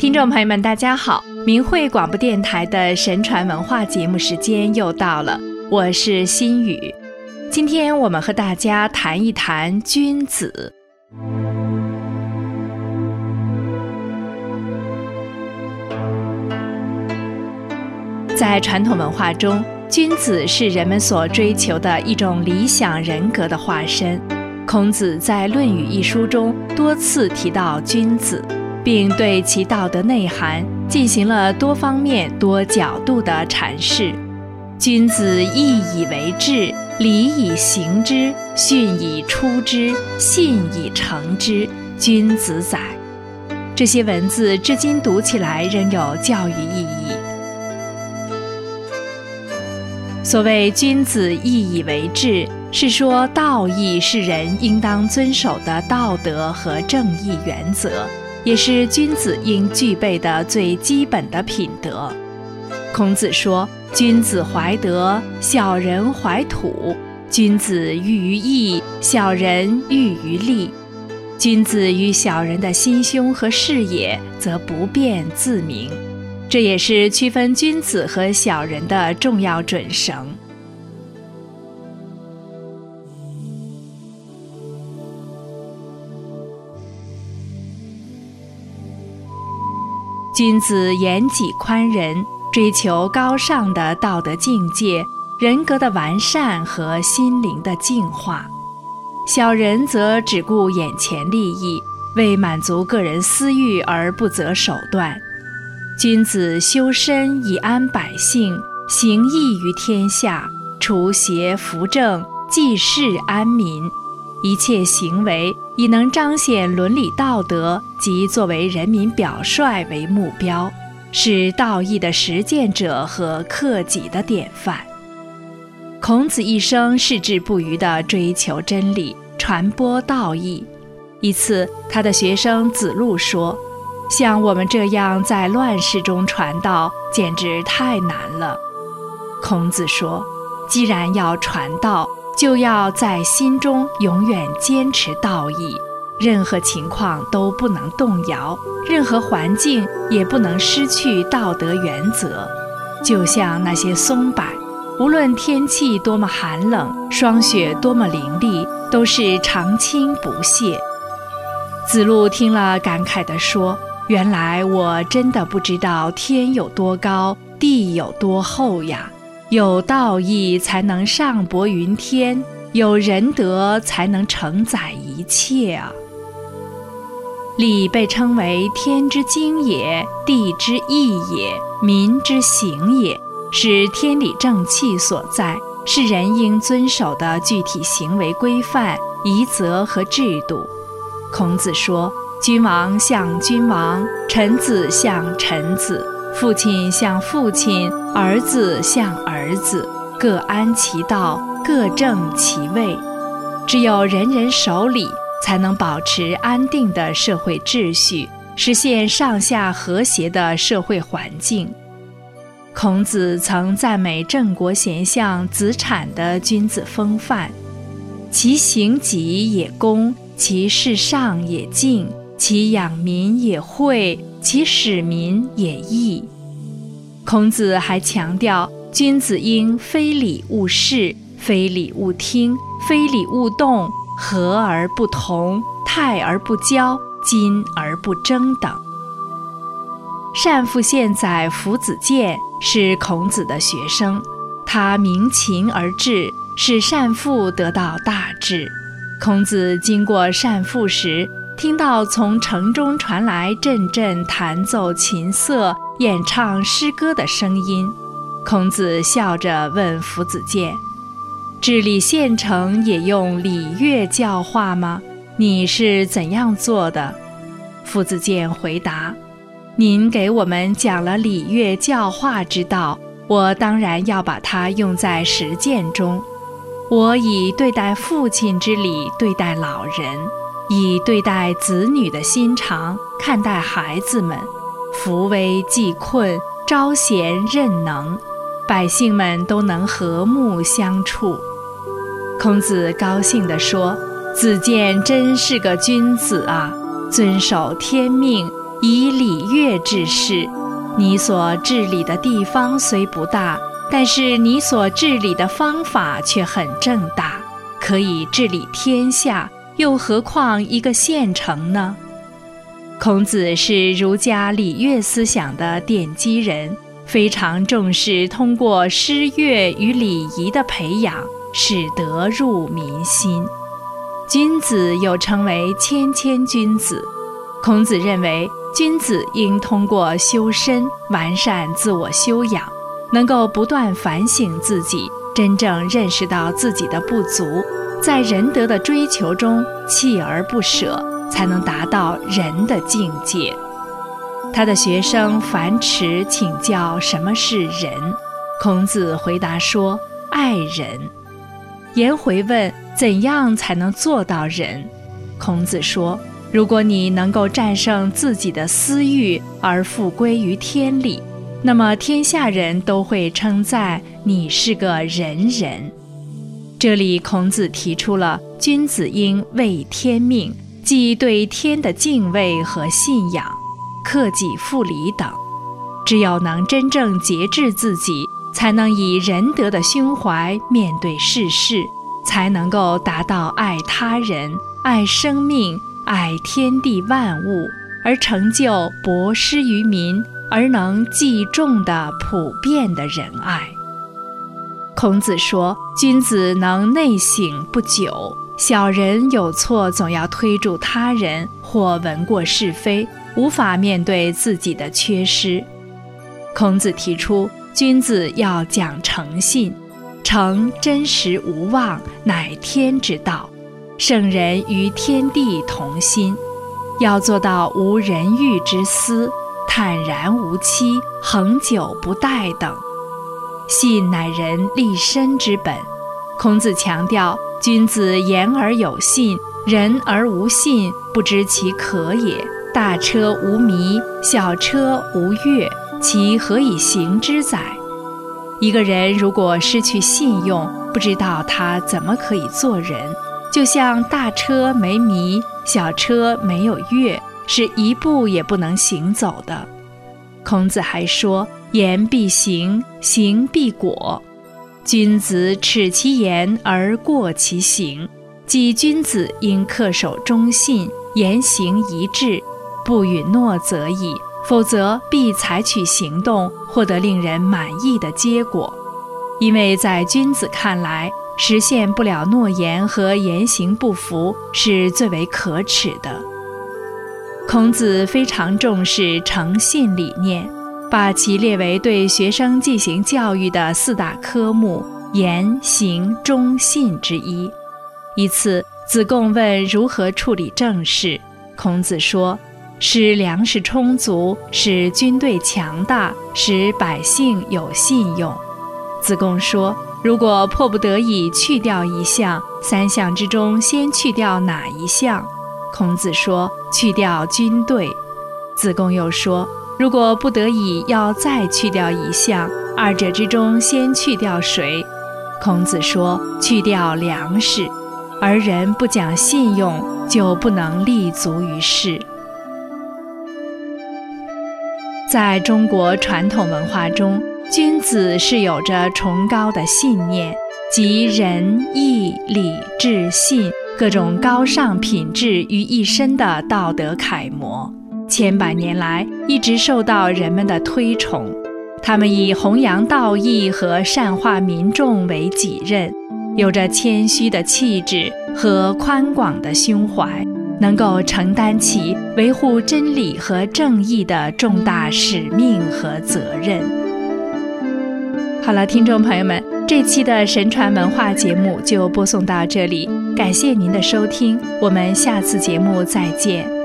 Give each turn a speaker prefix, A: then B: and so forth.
A: 听众朋友们大家好，明慧广播电台的神传文化节目时间又到了，我是心雨。今天我们和大家谈一谈君子。在传统文化中，君子是人们所追求的一种理想人格的化身。孔子在《论语》一书中多次提到君子，并对其道德内涵进行了多方面、多角度的阐释。君子义以为质，礼以行之，训以出之，信以成之，君子宰。这些文字至今读起来仍有教育意义。所谓君子义以为质，是说道义是人应当遵守的道德和正义原则，也是君子应具备的最基本的品德。孔子说，君子怀德，小人怀土；君子喻于义，小人喻于利。君子与小人的心胸和视野则不辩自明，这也是区分君子和小人的重要准绳。君子严己宽仁，追求高尚的道德境界，人格的完善和心灵的净化。小人则只顾眼前利益，为满足个人私欲而不择手段。君子修身以安百姓，行义于天下，除邪扶正，济世安民。一切行为以能彰显伦理道德及作为人民表率为目标，是道义的实践者和克己的典范。孔子一生矢志不渝地追求真理，传播道义。一次，他的学生子路说，像我们这样在乱世中传道，简直太难了。孔子说，既然要传道，就要在心中永远坚持道义，任何情况都不能动摇，任何环境也不能失去道德原则。就像那些松柏，无论天气多么寒冷，霜雪多么凌厉，都是常青不谢。子路听了感慨地说，原来我真的不知道天有多高，地有多厚呀。有道义才能上博云天，有仁德才能承载一切啊！礼被称为天之经也，地之义也，民之行也，是天理正气所在，是人应遵守的具体行为规范、仪则和制度。孔子说，君王像君王，臣子像臣子，父亲像父亲，儿子像儿子，各安其道，各正其位。只有人人守礼，才能保持安定的社会秩序，实现上下和谐的社会环境。孔子曾赞美郑国贤相子产的君子风范，其行己也公，其事上也敬，其养民也惠，其使民也义。孔子还强调，君子应非礼勿视，非礼勿听，非礼勿动，和而不同，泰而不骄，矜而不争等。单父献宰夫子建是孔子的学生，他明勤而治，使单父得到大志。孔子经过单父时，听到从城中传来阵阵弹奏琴瑟、演唱诗歌的声音，孔子笑着问夫子建，治理县城也用礼乐教化吗？你是怎样做的？夫子建回答，您给我们讲了礼乐教化之道，我当然要把它用在实践中。我以对待父亲之礼对待老人，以对待子女的心肠看待孩子们，扶危济困，招贤任能，百姓们都能和睦相处。孔子高兴地说，子建真是个君子啊，遵守天命， 以礼乐治世。你所治理的地方虽不大，但是你所治理的方法却很正大，可以治理天下，又何况一个县城呢？孔子是儒家礼乐思想的奠基人，非常重视通过诗乐与礼仪的培养，使得入民心。君子又称为谦谦君子。孔子认为，君子应通过修身，完善自我修养，能够不断反省自己，真正认识到自己的不足，在仁德的追求中锲而不舍，才能达到人的境界。他的学生樊迟请教什么是仁，孔子回答说：爱人。颜回问怎样才能做到仁，孔子说：如果你能够战胜自己的私欲而复归于天理，那么天下人都会称赞你是个仁人。这里孔子提出了君子应畏天命，即对天的敬畏和信仰，克己复礼等。只有能真正节制自己，才能以仁德的胸怀面对世事，才能够达到爱他人、爱生命、爱天地万物，而成就博施于民，而能济众的普遍的仁爱。孔子说，君子能内省不久，小人有错总要推助他人，或闻过是非，无法面对自己的缺失。孔子提出，君子要讲诚信，诚真实无妄，乃天之道。圣人与天地同心，要做到无人欲之私，坦然无欺，恒久不怠等。信乃人立身之本。孔子强调，君子言而有信，人而无信，不知其可也。大车无弥，小车无越，其何以行之哉？一个人如果失去信用，不知道他怎么可以做人，就像大车没弥，小车没有越，是一步也不能行走的。孔子还说，言必行，行必果。君子耻其言而过其行，即君子应恪守忠信，言行一致，不允诺则已，否则必采取行动，获得令人满意的结果。因为在君子看来，实现不了诺言和言行不符，是最为可耻的。孔子非常重视诚信理念，把其列为对学生进行教育的4大科目，言、行、忠、信之一。一次，子贡问如何处理政事，孔子说，使粮食充足，使军队强大，使百姓有信用。子贡说，如果迫不得已去掉一项，3项之中先去掉哪一项？孔子说，去掉军队。子贡又说，如果不得已要再去掉一项，2者之中先去掉谁？孔子说，去掉粮食。而人不讲信用，就不能立足于世。在中国传统文化中，君子是有着崇高的信念，集仁、义、礼、智、信各种高尚品质于一身的道德楷模，千百年来一直受到人们的推崇。他们以弘扬道义和善化民众为己任，有着谦虚的气质和宽广的胸怀，能够承担起维护真理和正义的重大使命和责任。好了，听众朋友们，这期的神传文化节目就播送到这里，感谢您的收听，我们下次节目再见。